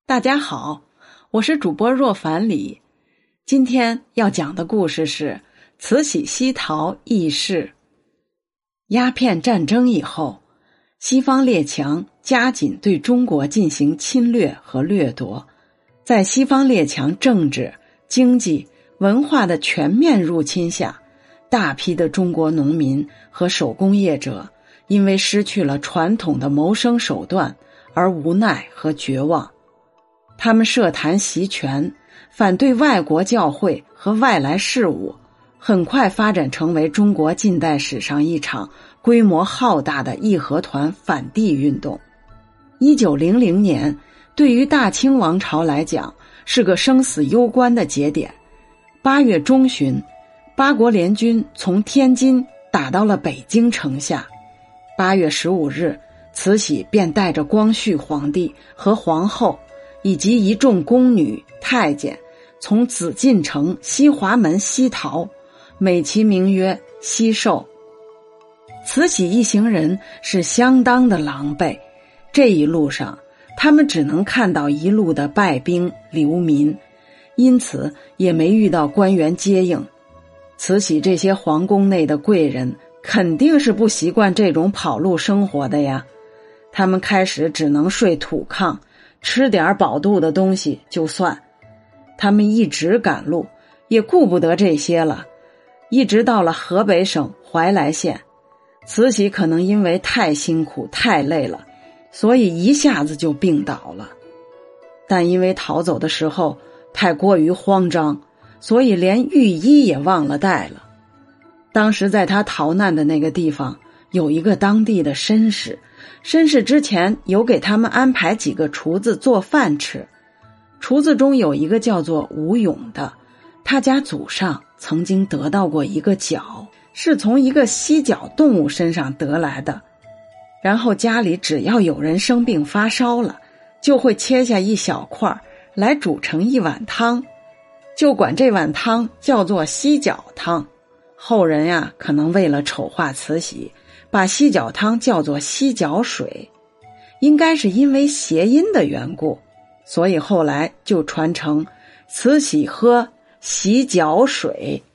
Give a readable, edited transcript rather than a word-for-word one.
大家好，我是主播若凡里。今天要讲的故事是慈禧西逃轶事。鸦片战争以后，西方列强加紧对中国进行侵略和掠夺。在西方列强政治、经济、文化的全面入侵下，大批的中国农民和手工业者因为失去了传统的谋生手段而无奈和绝望。他们设坛习权，反对外国教会和外来事务，很快发展成为中国近代史上一场规模浩大的义和团反帝运动。1900年对于大清王朝来讲是个生死攸关的节点。8月中旬，八国联军从天津打到了北京城下。8月15日，慈禧便带着光绪皇帝和皇后以及一众宫女太监从紫禁城西华门西逃，美其名曰西狩。慈禧一行人是相当的狼狈，这一路上他们只能看到一路的败兵流民，因此也没遇到官员接应。慈禧这些皇宫内的贵人肯定是不习惯这种跑路生活的呀，他们开始只能睡土炕，吃点饱肚的东西就算。他们一直赶路，也顾不得这些了，一直到了河北省怀来县。慈禧可能因为太辛苦太累了，所以一下子就病倒了。但因为逃走的时候太过于慌张，所以连御医也忘了带了。当时在他逃难的那个地方有一个当地的绅士，绅士之前有给他们安排几个厨子做饭吃。厨子中有一个叫做吴勇的，他家祖上曾经得到过一个角，是从一个犀角动物身上得来的。然后家里只要有人生病发烧了，就会切下一小块来煮成一碗汤，就管这碗汤叫做犀角汤。后人呀，可能为了丑化慈禧，把犀角汤叫做犀角水，应该是因为谐音的缘故，所以后来就传成慈禧喝犀角水。